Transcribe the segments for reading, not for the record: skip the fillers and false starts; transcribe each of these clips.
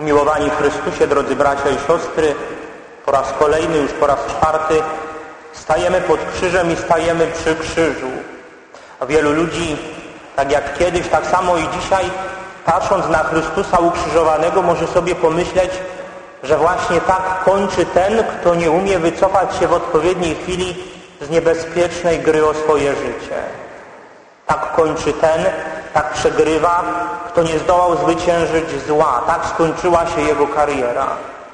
Umiłowani w Chrystusie, drodzy bracia i siostry, po raz kolejny, już po raz czwarty, stajemy pod krzyżem i stajemy przy krzyżu. A wielu ludzi, tak jak kiedyś, tak samo i dzisiaj, patrząc na Chrystusa ukrzyżowanego, może sobie pomyśleć, że właśnie tak kończy ten, kto nie umie wycofać się w odpowiedniej chwili z niebezpiecznej gry o swoje życie. Tak kończy ten, tak przegrywa, kto nie zdołał zwyciężyć zła. Tak skończyła się jego kariera.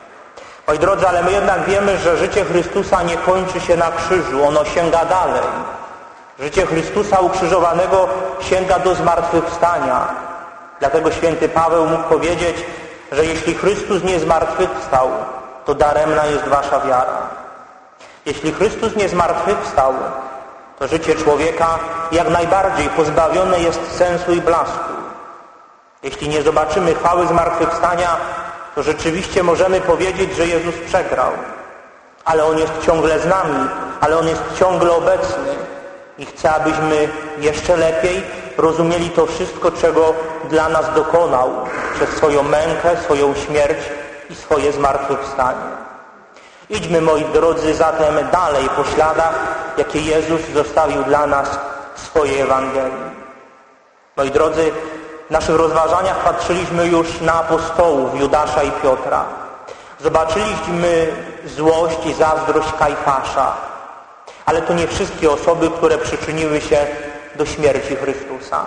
Moi drodzy, ale my jednak wiemy, że życie Chrystusa nie kończy się na krzyżu. Ono sięga dalej. Życie Chrystusa ukrzyżowanego sięga do zmartwychwstania. Dlatego święty Paweł mógł powiedzieć, że jeśli Chrystus nie zmartwychwstał, to daremna jest wasza wiara. Jeśli Chrystus nie zmartwychwstał, to życie człowieka jak najbardziej pozbawione jest sensu i blasku. Jeśli nie zobaczymy chwały zmartwychwstania, to rzeczywiście możemy powiedzieć, że Jezus przegrał. Ale On jest ciągle z nami, ale On jest ciągle obecny i chce, abyśmy jeszcze lepiej rozumieli to wszystko, czego dla nas dokonał przez swoją mękę, swoją śmierć i swoje zmartwychwstanie. Idźmy, moi drodzy, zatem dalej po śladach, jakie Jezus zostawił dla nas w swojej Ewangelii. Moi drodzy, w naszych rozważaniach patrzyliśmy już na apostołów Judasza i Piotra. Zobaczyliśmy złość i zazdrość Kajfasza. Ale to nie wszystkie osoby, które przyczyniły się do śmierci Chrystusa.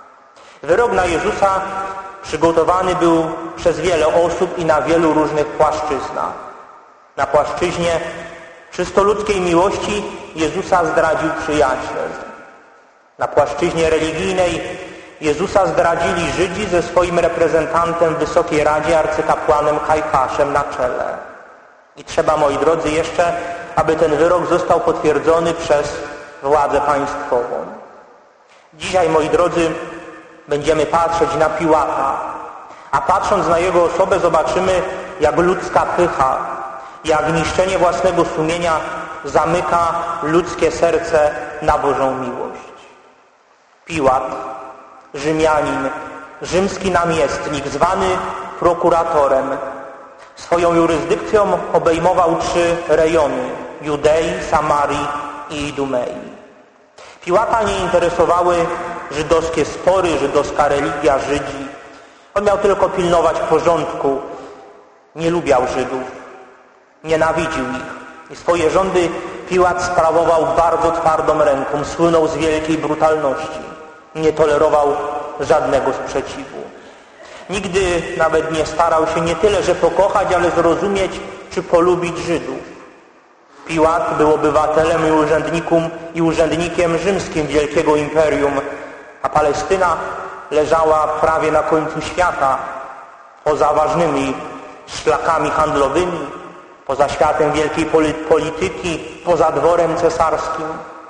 Wyrok na Jezusa przygotowany był przez wiele osób i na wielu różnych płaszczyznach. Na płaszczyźnie czysto ludzkiej miłości Jezusa zdradził przyjaciel. Na płaszczyźnie religijnej Jezusa zdradzili Żydzi ze swoim reprezentantem w Wysokiej Radzie, arcykapłanem Kajfaszem na czele. I trzeba, moi drodzy, jeszcze, aby ten wyrok został potwierdzony przez władzę państwową. Dzisiaj, moi drodzy, będziemy patrzeć na Piłata, a patrząc na jego osobę zobaczymy, jak ludzka pycha, jak niszczenie własnego sumienia zamyka ludzkie serce na Bożą miłość. Piłat, Rzymianin, rzymski namiestnik, zwany prokuratorem, swoją jurysdykcją obejmował 3 rejony: Judei, Samarii i Idumei. Piłata nie interesowały żydowskie spory, żydowska religia, Żydzi. On miał tylko pilnować porządku. Nie lubiał Żydów. Nienawidził ich. I swoje rządy Piłat sprawował bardzo twardą ręką. Słynął z wielkiej brutalności. Nie tolerował żadnego sprzeciwu. Nigdy nawet nie starał się nie tyle, że pokochać, ale zrozumieć, czy polubić Żydów. Piłat był obywatelem i urzędnikiem rzymskim wielkiego imperium, a Palestyna leżała prawie na końcu świata, poza ważnymi szlakami handlowymi, poza światem wielkiej polityki, poza dworem cesarskim.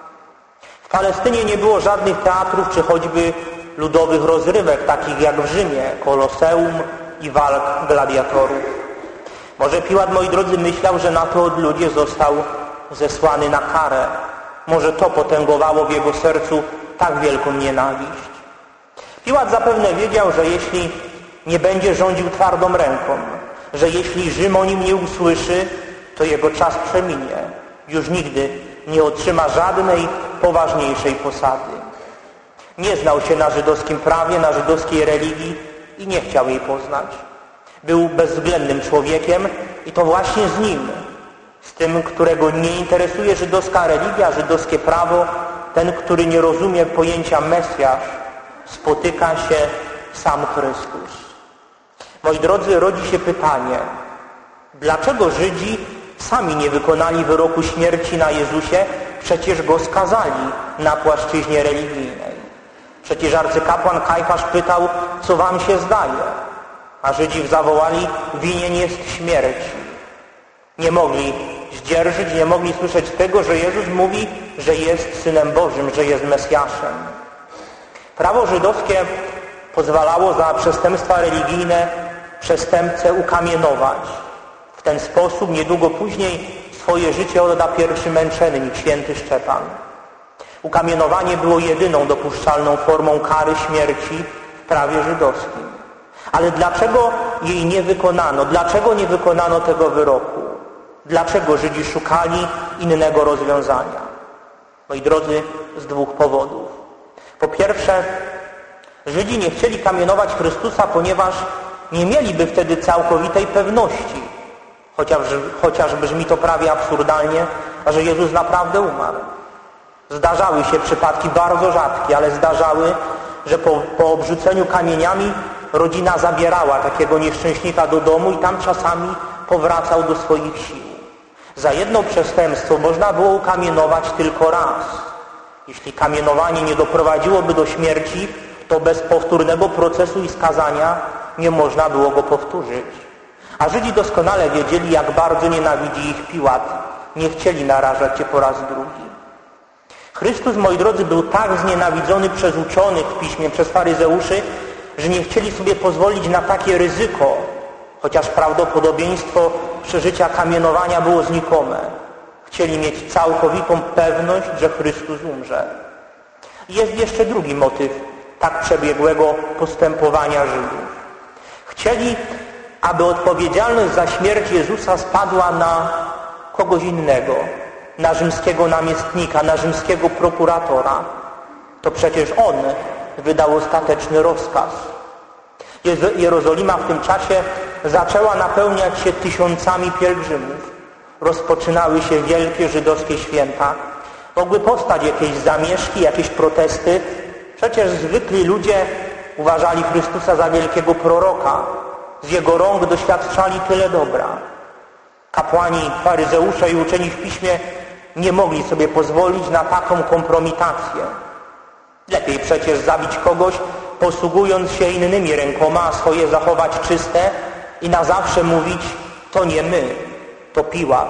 W Palestynie nie było żadnych teatrów czy choćby ludowych rozrywek, takich jak w Rzymie, koloseum i walk gladiatorów. Może Piłat, moi drodzy, myślał, że na to odludzie został zesłany na karę. Może to potęgowało w jego sercu tak wielką nienawiść. Piłat zapewne wiedział, że jeśli nie będzie rządził twardą ręką, że jeśli Rzym o nim nie usłyszy, to jego czas przeminie. Już nigdy nie otrzyma żadnej poważniejszej posady. Nie znał się na żydowskim prawie, na żydowskiej religii i nie chciał jej poznać. Był bezwzględnym człowiekiem i to właśnie z nim, z tym, którego nie interesuje żydowska religia, żydowskie prawo, ten, który nie rozumie pojęcia Mesjasz, spotyka się sam Chrystus. Moi drodzy, rodzi się pytanie, dlaczego Żydzi sami nie wykonali wyroku śmierci na Jezusie, przecież go skazali na płaszczyźnie religijnej. Przecież arcykapłan Kajfasz pytał, co wam się zdaje? A Żydzi zawołali, winien jest śmierci. Nie mogli zdzierżyć, nie mogli słyszeć tego, że Jezus mówi, że jest Synem Bożym, że jest Mesjaszem. Prawo żydowskie pozwalało za przestępstwa religijne przestępcę ukamienować. W ten sposób niedługo później swoje życie odda pierwszy męczennik, święty Szczepan. Ukamienowanie było jedyną dopuszczalną formą kary śmierci w prawie żydowskim. Ale dlaczego jej nie wykonano? Dlaczego nie wykonano tego wyroku? Dlaczego Żydzi szukali innego rozwiązania? Moi drodzy, z dwóch powodów. Po pierwsze, Żydzi nie chcieli kamienować Chrystusa, ponieważ nie mieliby wtedy całkowitej pewności, chociaż brzmi to prawie absurdalnie, że Jezus naprawdę umarł. Zdarzały się przypadki bardzo rzadkie, ale zdarzały, że po obrzuceniu kamieniami rodzina zabierała takiego nieszczęśnika do domu i tam czasami powracał do swoich sił. Za jedno przestępstwo można było ukamienować tylko raz. Jeśli kamienowanie nie doprowadziłoby do śmierci, to bez powtórnego procesu i skazania nie można było go powtórzyć. A Żydzi doskonale wiedzieli, jak bardzo nienawidzi ich Piłat. Nie chcieli narażać się po raz drugi. Chrystus, moi drodzy, był tak znienawidzony przez uczonych w Piśmie, przez faryzeuszy, że nie chcieli sobie pozwolić na takie ryzyko, chociaż prawdopodobieństwo przeżycia kamienowania było znikome. Chcieli mieć całkowitą pewność, że Chrystus umrze. Jest jeszcze drugi motyw tak przebiegłego postępowania Żydów. Chcieli, aby odpowiedzialność za śmierć Jezusa spadła na kogoś innego, na rzymskiego namiestnika, na rzymskiego prokuratora. To przecież on wydał ostateczny rozkaz. Jerozolima w tym czasie zaczęła napełniać się tysiącami pielgrzymów. Rozpoczynały się wielkie żydowskie święta. Mogły powstać jakieś zamieszki, jakieś protesty. Przecież zwykli ludzie uważali Chrystusa za wielkiego proroka. Z Jego rąk doświadczali tyle dobra. Kapłani, faryzeusze i uczeni w Piśmie nie mogli sobie pozwolić na taką kompromitację. Lepiej przecież zabić kogoś, posługując się innymi rękoma, a swoje zachować czyste i na zawsze mówić: to nie my, to Piłat.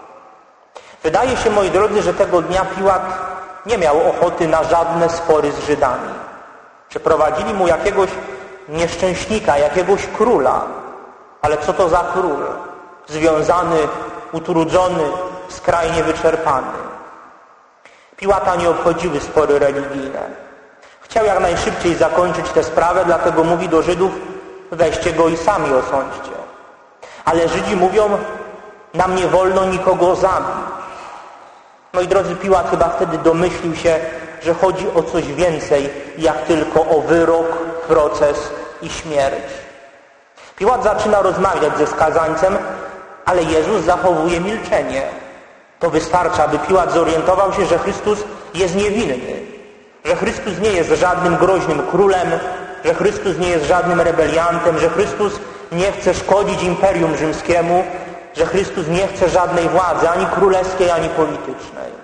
Wydaje się, moi drodzy, że tego dnia Piłat nie miał ochoty na żadne spory z Żydami. Przeprowadzili mu jakiegoś nieszczęśnika, jakiegoś króla. Ale co to za król? Związany, utrudzony, skrajnie wyczerpany. Piłata nie obchodziły spory religijne. Chciał jak najszybciej zakończyć tę sprawę, dlatego mówi do Żydów: weźcie go i sami osądźcie. Ale Żydzi mówią: nam nie wolno nikogo zabić. Moi drodzy, Piłat chyba wtedy domyślił się, że chodzi o coś więcej, jak tylko o wyrok, proces i śmierć. Piłat zaczyna rozmawiać ze skazańcem, ale Jezus zachowuje milczenie. To wystarcza, aby Piłat zorientował się, że Chrystus jest niewinny, że Chrystus nie jest żadnym groźnym królem, że Chrystus nie jest żadnym rebeliantem, że Chrystus nie chce szkodzić Imperium Rzymskiemu, że Chrystus nie chce żadnej władzy, ani królewskiej, ani politycznej.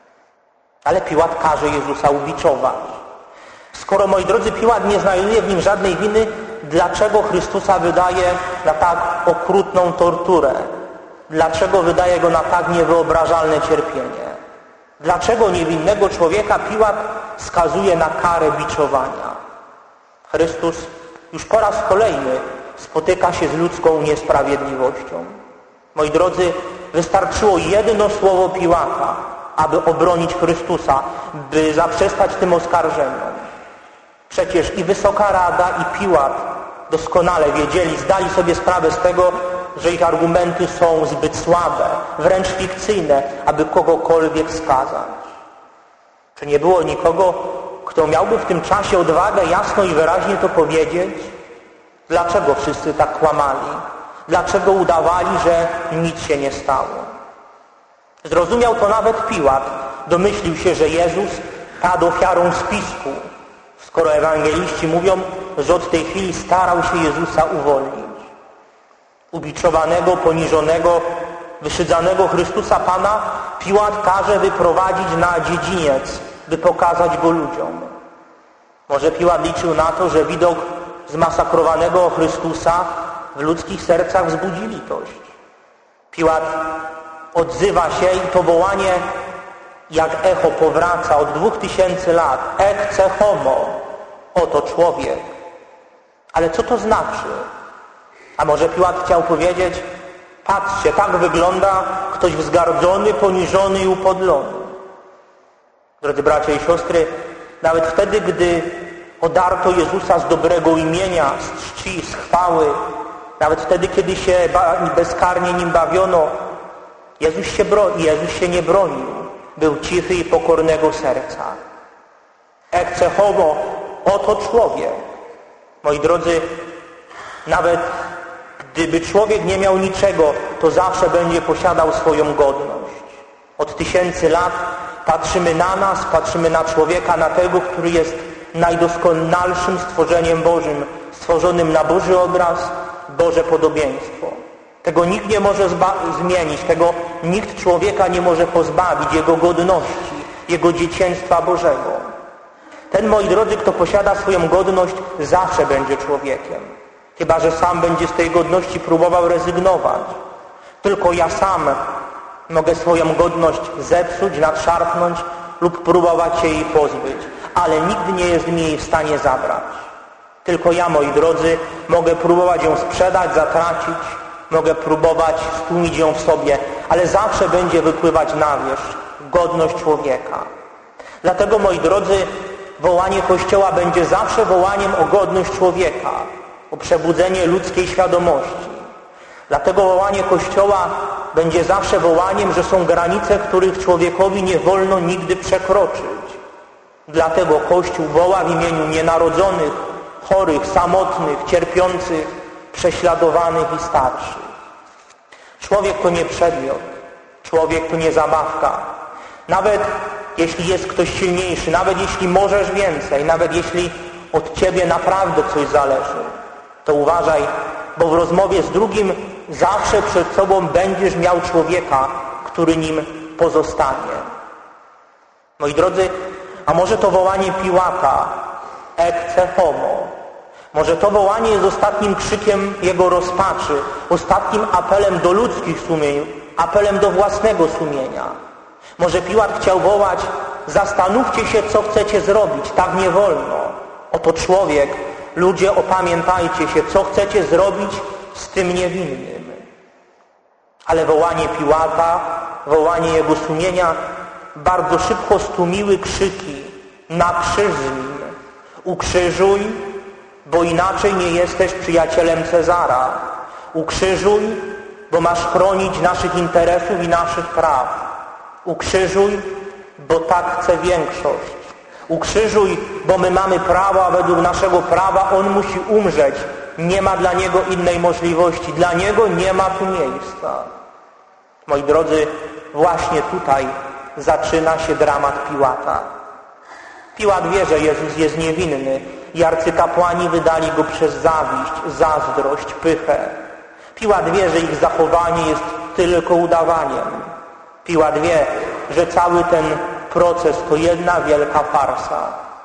Ale Piłat każe Jezusa ubiczować. Skoro, moi drodzy, Piłat nie znajduje w nim żadnej winy, dlaczego Chrystusa wydaje na tak okrutną torturę? Dlaczego wydaje go na tak niewyobrażalne cierpienie? Dlaczego niewinnego człowieka Piłat skazuje na karę biczowania? Chrystus już po raz kolejny spotyka się z ludzką niesprawiedliwością. Moi drodzy, wystarczyło jedno słowo Piłata, aby obronić Chrystusa, by zaprzestać tym oskarżeniom. Przecież i Wysoka Rada, i Piłat doskonale wiedzieli, zdali sobie sprawę z tego, że ich argumenty są zbyt słabe, wręcz fikcyjne, aby kogokolwiek skazać. Czy nie było nikogo, kto miałby w tym czasie odwagę jasno i wyraźnie to powiedzieć? Dlaczego wszyscy tak kłamali? Dlaczego udawali, że nic się nie stało? Zrozumiał to nawet Piłat. Domyślił się, że Jezus padł ofiarą spisku, skoro ewangeliści mówią, że od tej chwili starał się Jezusa uwolnić. Ubiczowanego, poniżonego, wyszydzanego Chrystusa Pana Piłat każe wyprowadzić na dziedziniec, by pokazać go ludziom. Może Piłat liczył na to, że widok zmasakrowanego Chrystusa w ludzkich sercach wzbudzi litość. Piłat odzywa się i to wołanie jak echo powraca od 2000 lat. Ecce homo. Oto człowiek. Ale co to znaczy? A może Piłat chciał powiedzieć: patrzcie, tak wygląda ktoś wzgardzony, poniżony i upodlony. Drodzy bracia i siostry, nawet wtedy, gdy Odarto Jezusa z dobrego imienia, z czci, z chwały. Nawet wtedy, kiedy się bezkarnie nim bawiono, Jezus się nie bronił. Był cichy i pokornego serca. Ecce homo, oto człowiek. Moi drodzy, nawet gdyby człowiek nie miał niczego, to zawsze będzie posiadał swoją godność. Od tysięcy lat patrzymy na nas, patrzymy na człowieka, na tego, który jest najdoskonalszym stworzeniem Bożym, stworzonym na Boży obraz, Boże podobieństwo. Tego nikt nie może zmienić, tego nikt człowieka nie może pozbawić, jego godności, jego dzieciństwa Bożego. Ten, moi drodzy, kto posiada swoją godność, zawsze będzie człowiekiem. Chyba że sam będzie z tej godności próbował rezygnować. Tylko ja sam mogę swoją godność zepsuć, nadszarpnąć lub próbować się jej pozbyć. Ale nikt nie jest mi jej w stanie zabrać. Tylko ja, moi drodzy, mogę próbować ją sprzedać, zatracić, mogę próbować stłumić ją w sobie, ale zawsze będzie wypływać na wierzch godność człowieka. Dlatego, moi drodzy, wołanie Kościoła będzie zawsze wołaniem o godność człowieka, o przebudzenie ludzkiej świadomości. Dlatego wołanie Kościoła będzie zawsze wołaniem, że są granice, których człowiekowi nie wolno nigdy przekroczyć. Dlatego Kościół woła w imieniu nienarodzonych, chorych, samotnych, cierpiących, prześladowanych i starszych. Człowiek to nie przedmiot, człowiek to nie zabawka. Nawet jeśli jest ktoś silniejszy, nawet jeśli możesz więcej, nawet jeśli od ciebie naprawdę coś zależy, to uważaj, bo w rozmowie z drugim zawsze przed sobą będziesz miał człowieka, który nim pozostanie. Moi drodzy, a może to wołanie Piłata, ecce homo, może to wołanie jest ostatnim krzykiem jego rozpaczy, ostatnim apelem do ludzkich sumień, apelem do własnego sumienia. Może Piłat chciał wołać: zastanówcie się, co chcecie zrobić, tak nie wolno. Oto człowiek, ludzie, opamiętajcie się, co chcecie zrobić z tym niewinnym. Ale wołanie Piłata, wołanie jego sumienia bardzo szybko stłumiły krzyki: na krzyż z nim, ukrzyżuj, bo inaczej nie jesteś przyjacielem Cezara. Ukrzyżuj, bo masz chronić naszych interesów i naszych praw. Ukrzyżuj, bo tak chce większość. Ukrzyżuj, bo my mamy prawo, a według naszego prawa on musi umrzeć. Nie ma dla niego innej możliwości. Dla niego nie ma tu miejsca. Moi drodzy, właśnie tutaj zaczyna się dramat Piłata. Piłat wie, że Jezus jest niewinny i arcykapłani wydali go przez zawiść, zazdrość, pychę. Piłat wie, że ich zachowanie jest tylko udawaniem. Piłat wie, że cały ten proces to jedna wielka farsa.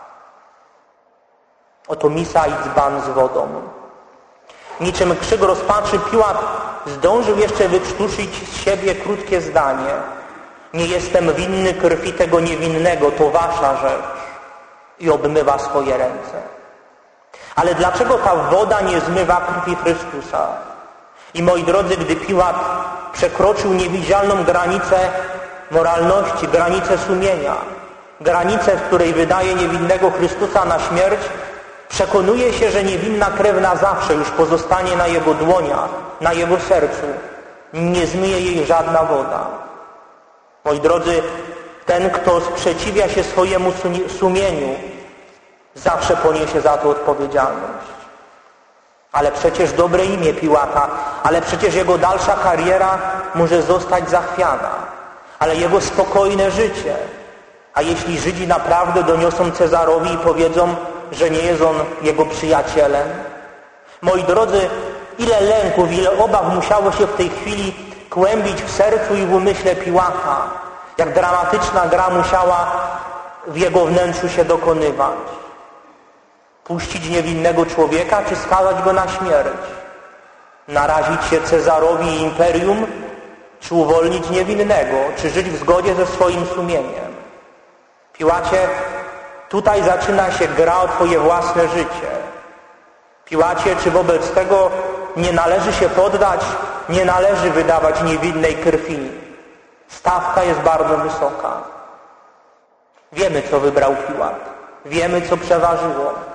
Oto misa i dzban z wodą. Niczym krzyk rozpaczy Piłat zdążył jeszcze wykrztusić z siebie krótkie zdanie: nie jestem winny krwi tego niewinnego, to wasza rzecz. I obmywa swoje ręce. Ale dlaczego ta woda nie zmywa krwi Chrystusa? I moi drodzy, gdy Piłat przekroczył niewidzialną granicę moralności, granicę sumienia, granicę, w której wydaje niewinnego Chrystusa na śmierć, przekonuje się, że niewinna krew na zawsze już pozostanie na jego dłoniach, na jego sercu. Nie zmyje jej żadna woda. Moi drodzy, ten, kto sprzeciwia się swojemu sumieniu, zawsze poniesie za to odpowiedzialność. Ale przecież dobre imię Piłata, ale przecież jego dalsza kariera może zostać zachwiana, ale jego spokojne życie. A jeśli Żydzi naprawdę doniosą Cezarowi i powiedzą, że nie jest on jego przyjacielem? Moi drodzy, ile lęków, ile obaw musiało się w tej chwili kłębić w sercu i w umyśle Piłata. Jak dramatyczna gra musiała w jego wnętrzu się dokonywać. Puścić niewinnego człowieka, czy skazać go na śmierć? Narazić się Cezarowi i imperium, czy uwolnić niewinnego? Czy żyć w zgodzie ze swoim sumieniem? Piłacie, tutaj zaczyna się gra o twoje własne życie. Piłacie, czy wobec tego nie należy się poddać, nie należy wydawać niewinnej krwi? Stawka jest bardzo wysoka. Wiemy, co wybrał Piłat. Wiemy, co przeważyło.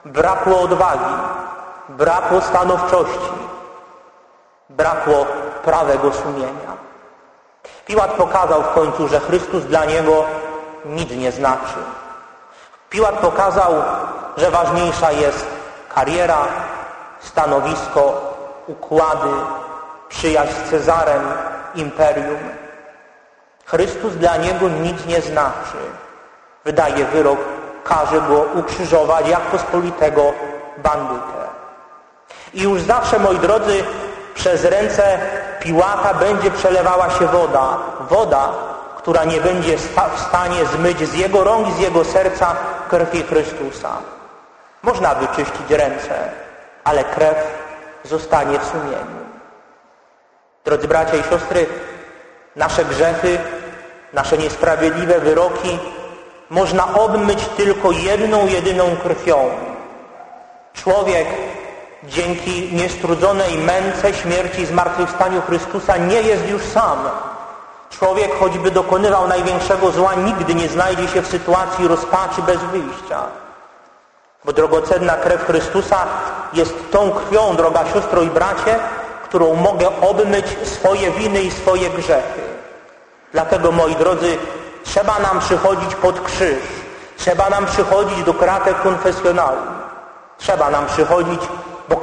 Brakło odwagi, brakło stanowczości, brakło prawego sumienia. Piłat pokazał w końcu, że Chrystus dla niego nic nie znaczy. Piłat pokazał, że ważniejsza jest kariera, stanowisko, układy, przyjaźń z Cezarem, imperium. Chrystus dla niego nic nie znaczy. Wydaje wyrok, każe go ukrzyżować jak pospolitego bandytę. I już zawsze, moi drodzy, przez ręce Piłata będzie przelewała się woda. Woda, która nie będzie w stanie zmyć z jego rąk i z jego serca krwi Chrystusa. Można wyczyścić ręce, ale krew zostanie w sumieniu. Drodzy bracia i siostry, nasze grzechy, nasze niesprawiedliwe wyroki można obmyć tylko jedną, jedyną krwią. Człowiek dzięki niestrudzonej męce, śmierci i zmartwychwstaniu Chrystusa nie jest już sam. Człowiek, choćby dokonywał największego zła, nigdy nie znajdzie się w sytuacji rozpaczy bez wyjścia. Bo drogocenna krew Chrystusa jest tą krwią, droga siostro i bracie, którą mogę obmyć swoje winy i swoje grzechy. Dlatego, moi drodzy, trzeba nam przychodzić pod krzyż. Trzeba nam przychodzić do kratek konfesjonału. Trzeba nam przychodzić, bo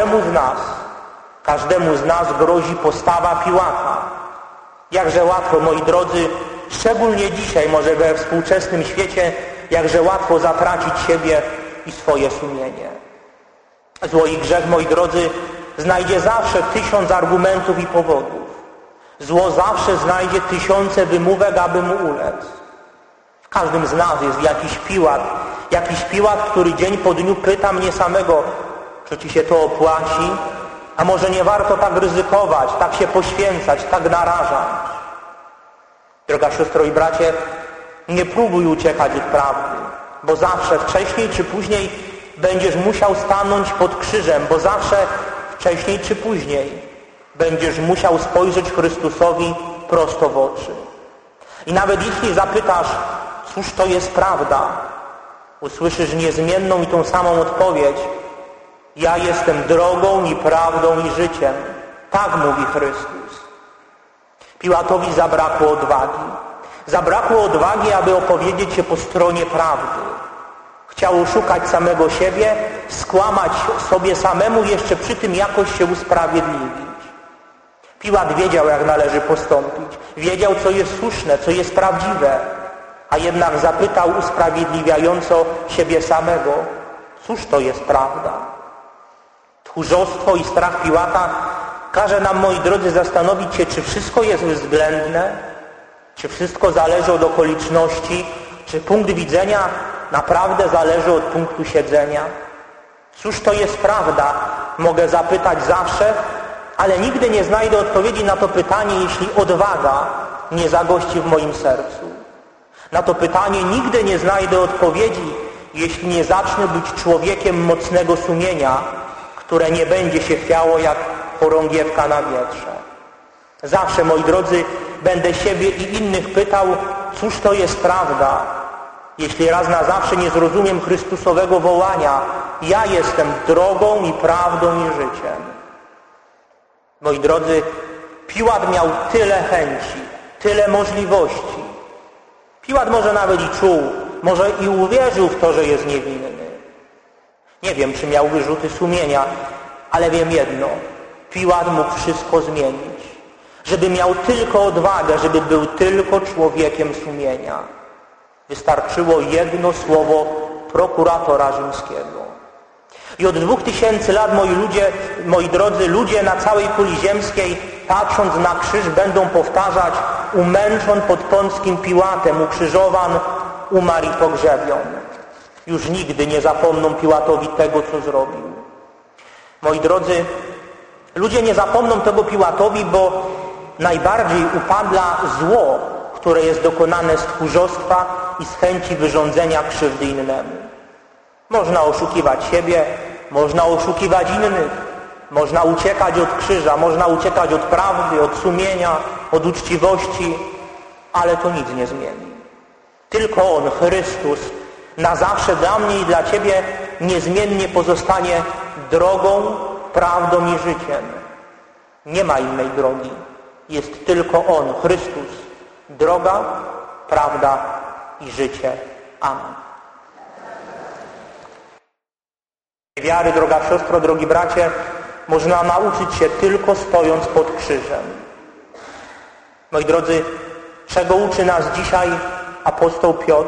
każdemu z nas grozi postawa Piłata. Jakże łatwo, moi drodzy, szczególnie dzisiaj, może we współczesnym świecie, jakże łatwo zatracić siebie i swoje sumienie. Zło i grzech, moi drodzy, znajdzie zawsze 1000 argumentów i powodów. Zło zawsze znajdzie 1000 wymówek, aby mu ulec. W każdym z nas jest jakiś Piłat, który dzień po dniu pyta mnie samego, czy ci się to opłaci, a może nie warto tak ryzykować, tak się poświęcać, tak narażać. Droga siostro i bracie, nie próbuj uciekać od prawdy, bo zawsze, wcześniej czy później będziesz musiał stanąć pod krzyżem, bo zawsze, wcześniej czy później będziesz musiał spojrzeć Chrystusowi prosto w oczy. I nawet jeśli zapytasz, cóż to jest prawda, usłyszysz niezmienną i tą samą odpowiedź: ja jestem drogą i prawdą i życiem. Tak mówi Chrystus. Piłatowi zabrakło odwagi. Zabrakło odwagi, aby opowiedzieć się po stronie prawdy. Chciał oszukać samego siebie, skłamać sobie samemu, jeszcze przy tym jakoś się usprawiedliwić. Piłat wiedział, jak należy postąpić. Wiedział, co jest słuszne, co jest prawdziwe. A jednak zapytał usprawiedliwiająco siebie samego: cóż to jest prawda? Tchórzostwo i strach Piłata każe nam, moi drodzy, zastanowić się, czy wszystko jest względne, czy wszystko zależy od okoliczności, czy punkt widzenia naprawdę zależy od punktu siedzenia. Cóż to jest prawda? Mogę zapytać zawsze, ale nigdy nie znajdę odpowiedzi na to pytanie, jeśli odwaga nie zagości w moim sercu. Na to pytanie nigdy nie znajdę odpowiedzi, jeśli nie zacznę być człowiekiem mocnego sumienia, które nie będzie się chwiało jak chorągiewka na wietrze. Zawsze, moi drodzy, będę siebie i innych pytał, cóż to jest prawda, jeśli raz na zawsze nie zrozumiem Chrystusowego wołania: ja jestem drogą i prawdą i życiem. Moi drodzy, Piłat miał tyle chęci, tyle możliwości. Piłat może nawet i czuł, może i uwierzył w to, że jest niewinny. Nie wiem, czy miał wyrzuty sumienia, ale wiem jedno: Piłat mógł wszystko zmienić. Żeby miał tylko odwagę, żeby był tylko człowiekiem sumienia. Wystarczyło jedno słowo prokuratora rzymskiego. I od 2000 lat, moi drodzy, ludzie na całej kuli ziemskiej, patrząc na krzyż, będą powtarzać: umęczon pod Pąckim Piłatem, ukrzyżowan, umarł i pogrzebiony. Już nigdy nie zapomną Piłatowi tego, co zrobił. Moi drodzy, ludzie nie zapomną tego Piłatowi, bo najbardziej upadla zło, które jest dokonane z tchórzostwa i z chęci wyrządzenia krzywdy innemu. Można oszukiwać siebie, można oszukiwać innych, można uciekać od krzyża, można uciekać od prawdy, od sumienia, od uczciwości, ale to nic nie zmieni. Tylko On, Chrystus, na zawsze dla mnie i dla Ciebie niezmiennie pozostanie drogą, prawdą i życiem. Nie ma innej drogi. Jest tylko On, Chrystus. Droga, prawda i życie. Amen. Wiary, droga siostro, drogi bracie, można nauczyć się tylko stojąc pod krzyżem. Moi drodzy, czego uczy nas dzisiaj apostoł Piotr?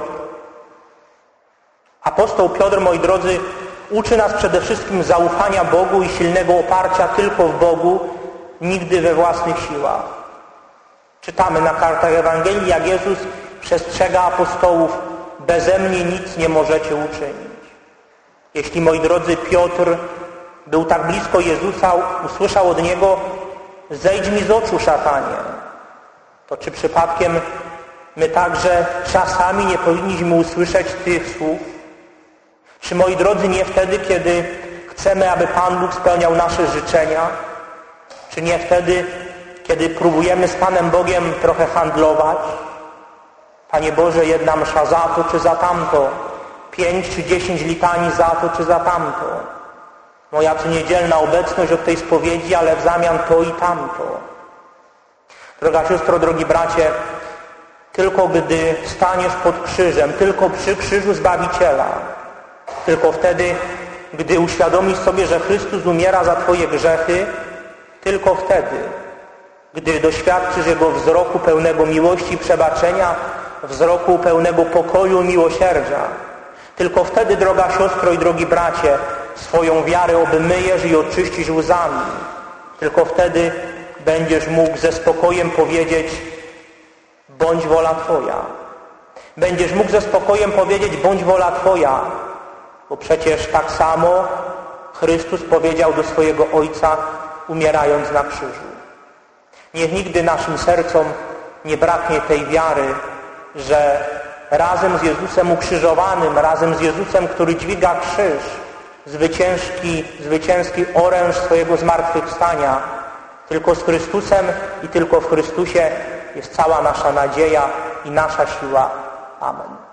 Apostoł Piotr, moi drodzy, uczy nas przede wszystkim zaufania Bogu i silnego oparcia tylko w Bogu, nigdy we własnych siłach. Czytamy na kartach Ewangelii, jak Jezus przestrzega apostołów: beze mnie nic nie możecie uczynić. Jeśli, moi drodzy, Piotr był tak blisko Jezusa, usłyszał od Niego: zejdź mi z oczu, szatanie, to czy przypadkiem my także czasami nie powinniśmy usłyszeć tych słów? Czy, moi drodzy, nie wtedy, kiedy chcemy, aby Pan Bóg spełniał nasze życzenia? Czy nie wtedy, kiedy próbujemy z Panem Bogiem trochę handlować? Panie Boże, jedna msza za to czy za tamto, 5 czy 10 litanii za to czy za tamto. Moja co niedzielna obecność od tej spowiedzi, ale w zamian to i tamto. Droga siostro, drogi bracie, tylko gdy staniesz pod krzyżem, tylko przy krzyżu Zbawiciela, tylko wtedy, gdy uświadomisz sobie, że Chrystus umiera za Twoje grzechy, tylko wtedy, gdy doświadczysz Jego wzroku pełnego miłości i przebaczenia, wzroku pełnego pokoju i miłosierdzia, tylko wtedy, droga siostro i drogi bracie, swoją wiarę obmyjesz i oczyścisz łzami. Tylko wtedy będziesz mógł ze spokojem powiedzieć: bądź wola Twoja. Będziesz mógł ze spokojem powiedzieć: bądź wola Twoja. Bo przecież tak samo Chrystus powiedział do swojego Ojca, umierając na krzyżu. Niech nigdy naszym sercom nie braknie tej wiary, że razem z Jezusem ukrzyżowanym, razem z Jezusem, który dźwiga krzyż, zwycięski oręż swojego zmartwychwstania, tylko z Chrystusem i tylko w Chrystusie jest cała nasza nadzieja i nasza siła. Amen.